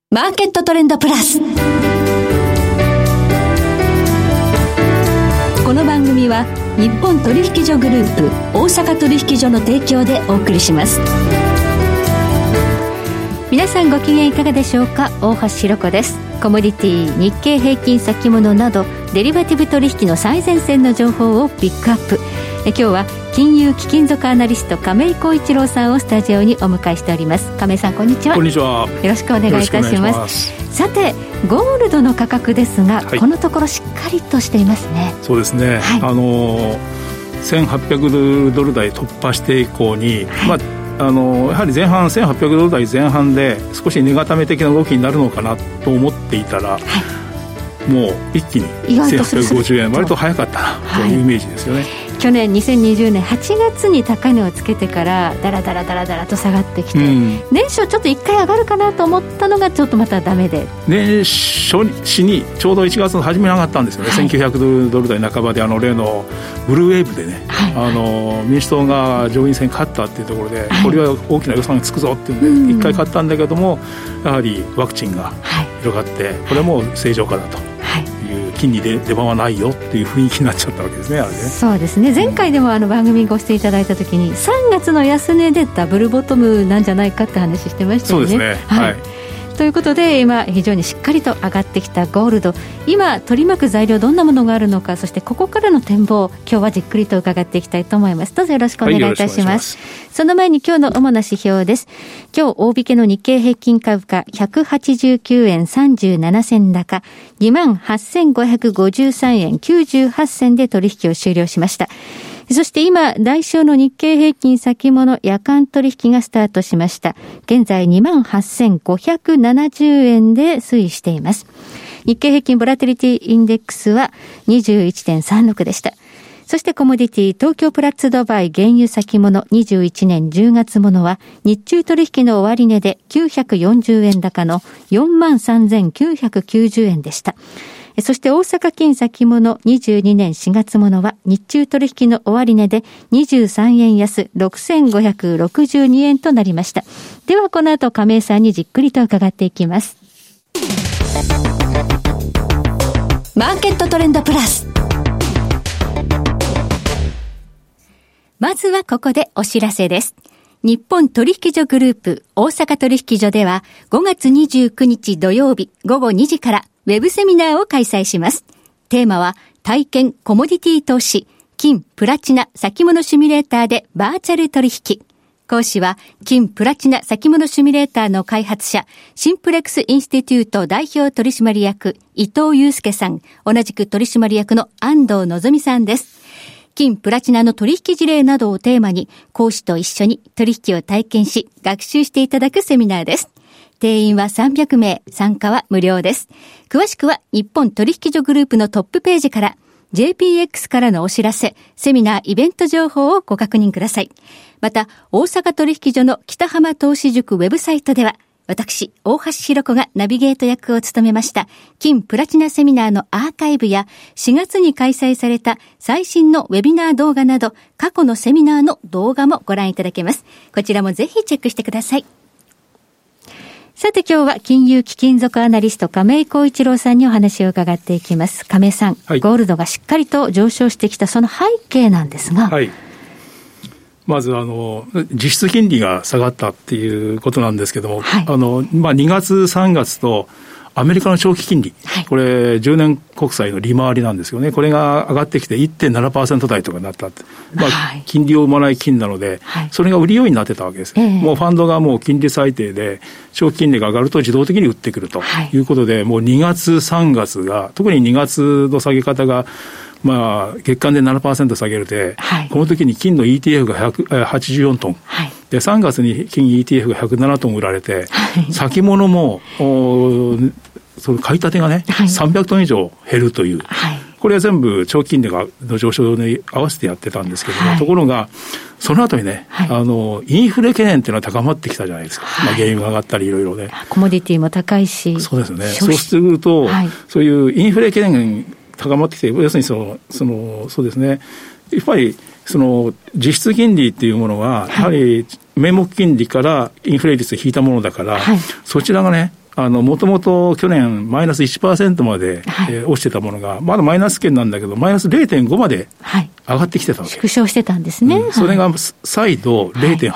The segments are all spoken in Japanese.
マーケットトレンドプラス。この番組は日本取引所グループ大阪取引所の提供でお送りします。皆さんご機嫌いかがでしょうか。大橋ひろ子です。コモディティ、日経平均先物などデリバティブ取引の最前線の情報をピックアップ。今日は金融貴金属アナリスト亀井浩一郎さんをスタジオにお迎えしております。亀井さん、こんにちは。 こんにちは。 よろしくお願いいたします。さて、ゴールドの価格ですが、このところしっかりとしていますね。 そうですね、1800ドル台突破して以降に、やはり前半1800ドル台前半で少し値固め的な動きになるのかなと思っていたら、もう一気に1850円、割と早かったなというイメージですよね。 去年2020年8月に高値をつけてからだらだらと下がってきて、年初ちょっと1回上がるかなと思ったのがちょっとまたダメで、 年初日にちょうど1月の初めに上がったんですよね、1900ドル台半ばで例のブルーウェーブでね、民主党が上院選勝ったっていうところで、これは大きな予算がつくぞっていうんで1回買ったんだけども、やはりワクチンが広がって、これはもう正常化だと、金利で出番はないよっていう雰囲気になっちゃったわけですね、あれね。 そうですね。前回でも番組にご出演いただいた時に3月の安値でダブルボトムなんじゃないかって話してましたよね。 そうですね、 ということで、今非常にしっかりと上がってきたゴールド、今取り巻く材料どんなものがあるのか、そしてここからの展望、今日はじっくりと伺っていきたいと思います。どうぞよろしくお願いいたします。その前に今日の主な指標です。今日大引けの日経平均株価189円37銭高 28,553 円98銭で取引を終了しました。そして今、来週の日経平均先物夜間取引がスタートしました。現在 28,570 円で推移しています。日経平均ボラティリティインデックスは 21.36 でした。そしてコモディティ、東京プラッツドバイ原油先物21年10月ものは日中取引の終値で940円高の 43,990 円でした。そして大阪金先物22年4月ものは日中取引の終値で23円安 6,562 円となりました。ではこの後亀井さんにじっくりと伺っていきます。マーケットトレンドプラス。まずはここでお知らせです。日本取引所グループ大阪取引所では5月29日土曜日午後2時からウェブセミナーを開催します。テーマは体験コモディティ投資、金、プラチナ、先物シミュレーターでバーチャル取引。講師は金、プラチナ、先物シミュレーターの開発者、シンプレックスインスティテュート代表取締役伊藤祐介さん、同じく取締役の安藤のぞみさんです。金、プラチナの取引事例などをテーマに講師と一緒に取引を体験し学習していただくセミナーです。定員は300名、参加は無料です。詳しくは日本取引所グループのトップページから JPX からのお知らせ、セミナーイベント情報をご確認ください。また、大阪取引所の北浜投資塾ウェブサイトでは、私、大橋ひろ子がナビゲート役を務めました金プラチナセミナーのアーカイブや4月に開催された最新のウェビナー動画など過去のセミナーの動画もご覧いただけます。こちらもぜひチェックしてください。さて今日は金融貴金属アナリスト亀井浩一郎さんにお話を伺っていきます。亀井さん、ゴールドがしっかりと上昇してきたその背景なんですが、 まず実質金利が下がったっていうことなんですけども、2月3月とアメリカの長期金利、これ10年国債の利回りなんですよね。これが上がってきて 1.7% 台とかになったって、金利を生まない金なので、それが売り要因になってたわけです。もうファンドがもう金利最低で長期金利が上がると自動的に売ってくるということで、もう2月3月が特に2月の下げ方が月間で 7% 下げるで、この時に金の ETF が184トン、で3月に金 ETF が107トン売られて、先物もその買い立てがね、300トン以上減るという、これは全部長期金利の上昇に合わせてやってたんですけども、ところがその後にね、インフレ懸念っていうのは高まってきたじゃないですか。原油が上がったりいろいろね、 コモディティも高いし、 そうですね。そうすると、そういうインフレ懸念高まってきて、要するにそうですね、やっぱり実質金利っていうものは、やはり名目金利からインフレ率を引いたものだから、そちらがね、 もともと去年マイナス 1% まで、落ちてたものが、まだマイナス圏なんだけど、マイナス 0.5 まで上がってきてたわけ。 縮小してたんですね。 それが再度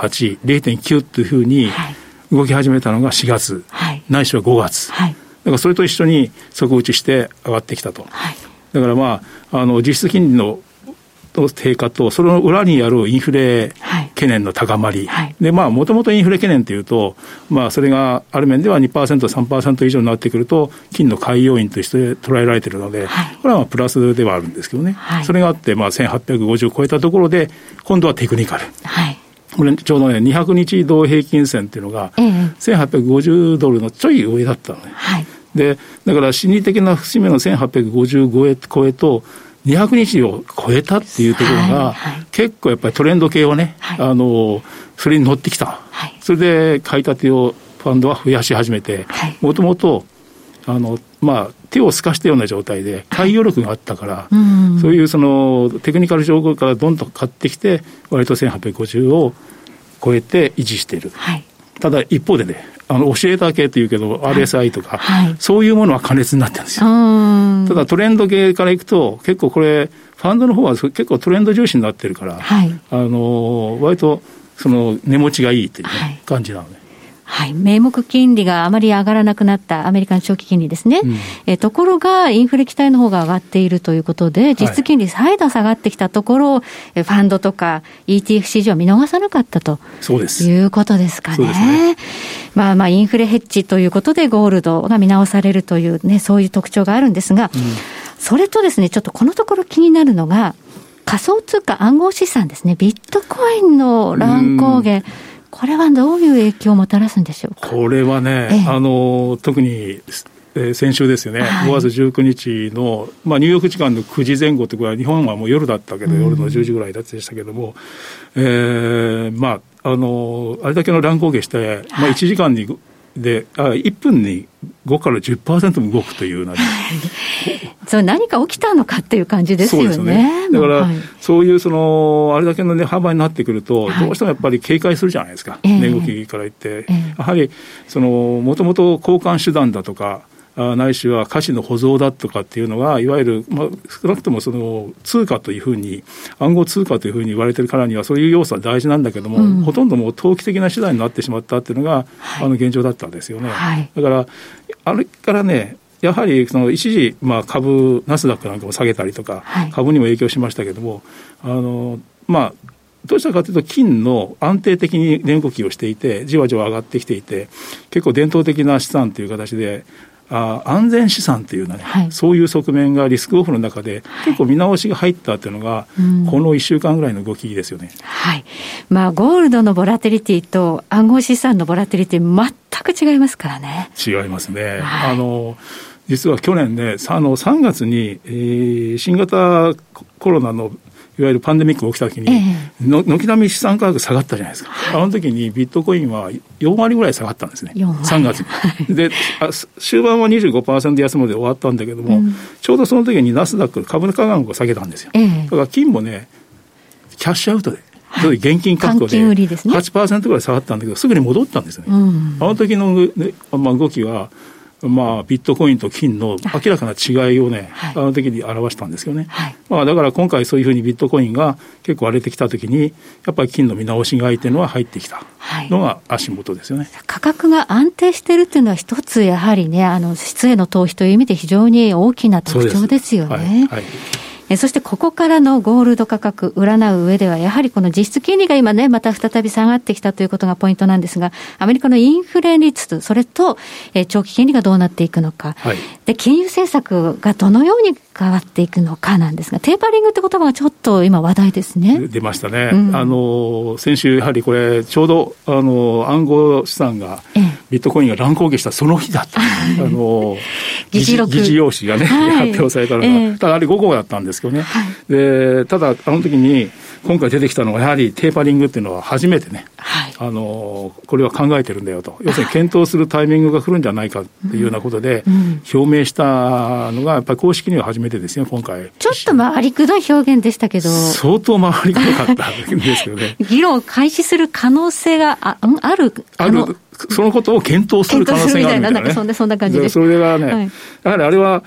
0.8、0.9 というふうに動き始めたのが4月、ないしは5月。だからそれと一緒に底打ちして上がってきたと。だからまあ、実質金利の低下と、その裏にあるインフレ懸念の高まり。で、まあ、もともとインフレ懸念というと、まあ、それがある面では 2%、3% 以上になってくると、金の買い要因として捉えられているので、これはまあプラスではあるんですけどね。それがあって、まあ、1850超えたところで、今度はテクニカル。これちょうどね、200日移動平均線っていうのが、1850ドルのちょい上だったのね。で、だから心理的な節目の1855超えと、200日を超えたっていうところが、結構やっぱりトレンド系をね、それに乗ってきた。それで買い立てをファンドは増やし始めて、もともと、まあ、手を透かしたような状態で、買い余力があったから、そういうそのテクニカル情報からどんどん買ってきて、割と1850を超えて維持している。ただ一方でね、教えた系というけど、RSI とか、そういうものは過熱になってるんですよ。ただトレンド系からいくと、結構これ、ファンドの方は結構トレンド重視になってるから、割とその値持ちがいいという、感じなのね。 名目金利があまり上がらなくなったアメリカの長期金利ですね。ところが、インフレ期待の方が上がっているということで、実質金利再度下がってきたところ、ファンドとか ETF 市場は見逃さなかったということですかね。そうですね。まあ、インフレヘッジということでゴールドが見直されるというね、そういう特徴があるんですが、それとですね、ちょっとこのところ気になるのが、仮想通貨暗号資産ですね。ビットコインの乱高下。これはどういう影響をもたらすんでしょうか。 これはね、特に、先週ですよね、5月19日の、まあ、ニューヨーク時間の9時前後ということは、日本はもう夜だったけど、夜の10時ぐらいでしたけども、まあ、あれだけの乱高下して、まあ、1時間に1分に5から 10% も動くというような、 それ何か起きたのかっていう感じですよね。そうですね。 だから、そういうあれだけの値幅になってくると、どうしてもやっぱり警戒するじゃないですか。値動きから言って。やはり、もともと交換手段だとか、ないしは価値の保存だとかっていうのが、いわゆる、まあ、少なくとも通貨というふうに、暗号通貨というふうに言われてるからには、そういう要素は大事なんだけども、ほとんどもう投機的な手段になってしまったっていうのが、現状だったんですよね。だから、あれからね、やはり一時、まあ、株、ナスダックなんかも下げたりとか、株にも影響しましたけども、まあ、どうしたかというと、金の安定的に値動きをしていて、じわじわ上がってきていて、結構伝統的な資産という形で、安全資産というようなね、そういう側面がリスクオフの中で結構見直しが入ったというのが、この1週間ぐらいの動きですよね。 まあ、ゴールドのボラティリティと暗号資産のボラティリティ全く違いますからね。 違いますね。実は去年ね、3月に、新型コロナのいわゆるパンデミックが起きたときに、軒並み資産価格下がったじゃないですか。あの時にビットコインは4割ぐらい下がったんですね。3月に。で、終盤は 25% 安値で終わったんだけども、ちょうどその時にナスダック株価格を下げたんですよ。だから金もね、キャッシュアウトで、現金確保で 8% ぐらい下がったんだけど、すぐに戻ったんですね。あの時の、まあ、動きは、まあ、ビットコインと金の明らかな違いをね、あの時に表したんですよね。まあ、だから今回そういうふうにビットコインが結構荒れてきた時に、やっぱり金の見直し買いというのは入ってきたのが足元ですよね。 価格が安定しているというのは一つやはりね、質への投資という意味で非常に大きな特徴ですよね。そしてここからのゴールド価格占う上では、やはりこの実質金利が今ね、また再び下がってきたということがポイントなんですが、アメリカのインフレ率、それと長期金利がどうなっていくのか、で金融政策がどのように変わっていくのかなんですが、テーパリングって言葉がちょっと今話題ですね。 出ましたね。先週やはりこれちょうど暗号資産がビットコインが乱高下したその日だった議事要旨がね、発表されたのが、ただあれ午後だったんですけどね。で、ただあの時に今回出てきたのはやはりテーパリングっていうのは初めてね、これは考えてるんだよと、要するに検討するタイミングが来るんじゃないかっていうようなことで表明したのがやっぱり公式には初めてですよ、今回。 ちょっと回りくどい表現でしたけど、 相当回りくどかったんですよね。 議論を開始する可能性があるそのことを検討する可能性があるみたいな、ね、 なんかそんな感じです。 それがね、はい、やはりあれは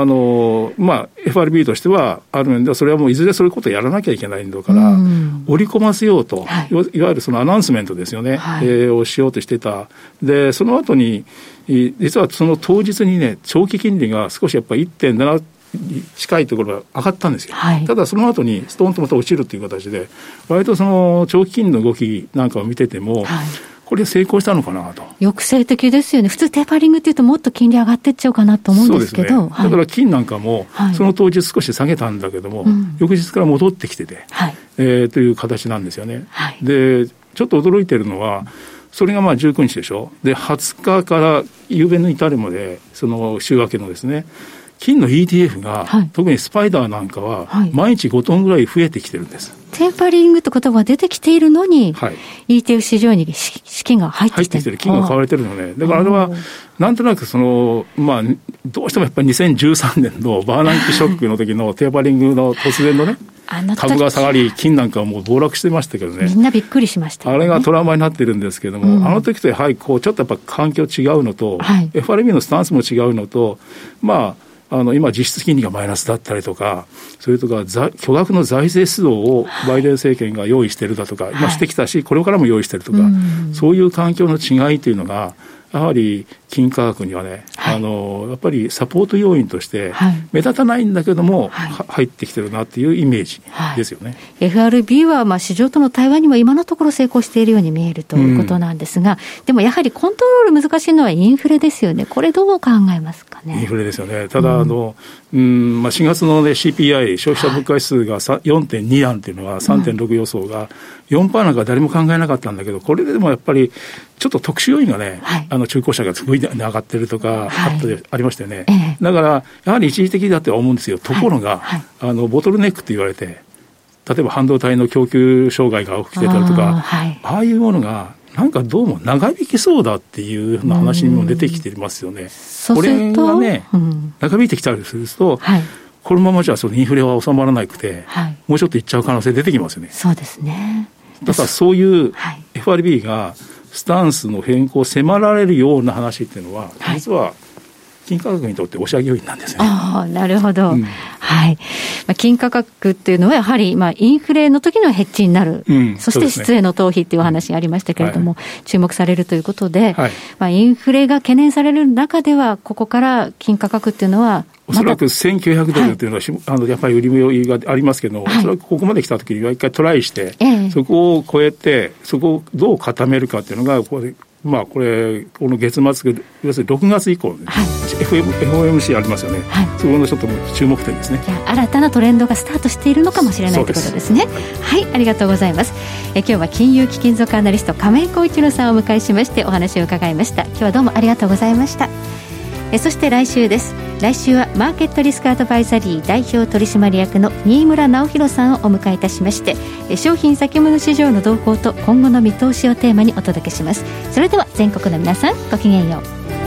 FRB としてはある面ではそれはもういずれそういうことをやらなきゃいけないんだから、織り込ませようと、はい、いわゆるそのアナウンスメントですよね、はい、をしようとしてた。でその後に実はその当日にね、長期金利が少しやっぱり 1.7近いところが上がったんですよ、はい、ただその後にストーンとまた落ちるという形で、割とその長期金利の動きなんかを見てても、はい、これ成功したのかなと。 抑制的ですよね。普通テーパリングっていうともっと金利上がっていっちゃうかなと思うんですけど、 そうですね、だから金なんかもその当日少し下げたんだけども、はい、翌日から戻ってきてて、はい、という形なんですよね、はい、でちょっと驚いてるのはそれが19日でしょ。で20日から夕べの至るまでその週明けのですね、金の ETF が、はい、特にスパイダーなんかは毎日5トンぐらい増えてきてるんです、 テーパリングって言葉が出てきているのに、はい、ETF 市場に資金が入ってきてる、 金が買われてるのね。だからあれはなんとなくどうしてもやっぱり2013年のバーナンキショックの時のテーパリングの突然のね株が下がり金なんかはもう暴落してましたけどね、 みんなびっくりしました、ね、 あれがトラウマになってるんですけども、あの時とやはりちょっとやっぱ環境違うのと、はい、FRB のスタンスも違うのと、今実質金利がマイナスだったりとか、それとか巨額の財政出動をバイデン政権が用意してるだとか、今してきたし、これからも用意してるとか、そういう環境の違いというのがやはり金価格にはね、やっぱりサポート要因として目立たないんだけども、入ってきてるなっていうイメージですよね。 FRB は市場との対話にも今のところ成功しているように見えるということなんですが、でもやはりコントロール難しいのはインフレですよね。これどう考えますかね。 インフレですよね。ただ4月の、ね、CPI 消費者物価指数が 4.2 なんていうのは 3.6 予想が 4% なんか誰も考えなかったんだけど、これでもやっぱりちょっと特殊要因がね、中古車がすごい上がってるとかありましたよね、だからやはり一時的だとは思うんですよ。ところが、ボトルネックって言われて、例えば半導体の供給障害が起きてたりとか、ああいうものがなんかどうも長引きそうだっていうような話にも出てきてますよね。これがね、長引いてきたりすると、このままじゃそのインフレは収まらなくて、もうちょっといっちゃう可能性出てきますよね。 そうですね。 だからそういう FRB がスタンスの変更を迫られるような話っていうのは、実は金価格にとって押し上げ要因なんですね。 なるほど、はい。金価格っていうのはやはりインフレの時のヘッジになる、そして質への逃避っていうお話ありましたけれども、注目されるということで、インフレが懸念される中ではここから金価格っていうのはおそらく1900ドルというのは、やっぱり売り目がありますけど、おそらくここまで来たときには一回トライして、そこを超えて、そこをどう固めるかっていうのが、この月末、要するに6月以降、FOMC ありますよね、そこのちょっと注目点ですね。 新たなトレンドがスタートしているのかもしれないということですね。はい、ありがとうございます。今日は金融貴金属アナリスト亀井浩一郎さんをお迎えしましてお話を伺いました。今日はどうもありがとうございました。そして来週です。来週はマーケットリスクアドバイザリー代表取締役の新村直弘さんをお迎えいたしまして、商品先物市場の動向と今後の見通しをテーマにお届けします。それでは全国の皆さん、ごきげんよう。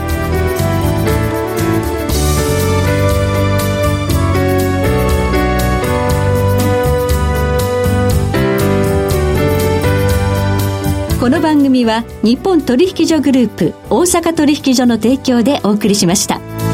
この番組は日本取引所グループ大阪取引所の提供でお送りしました。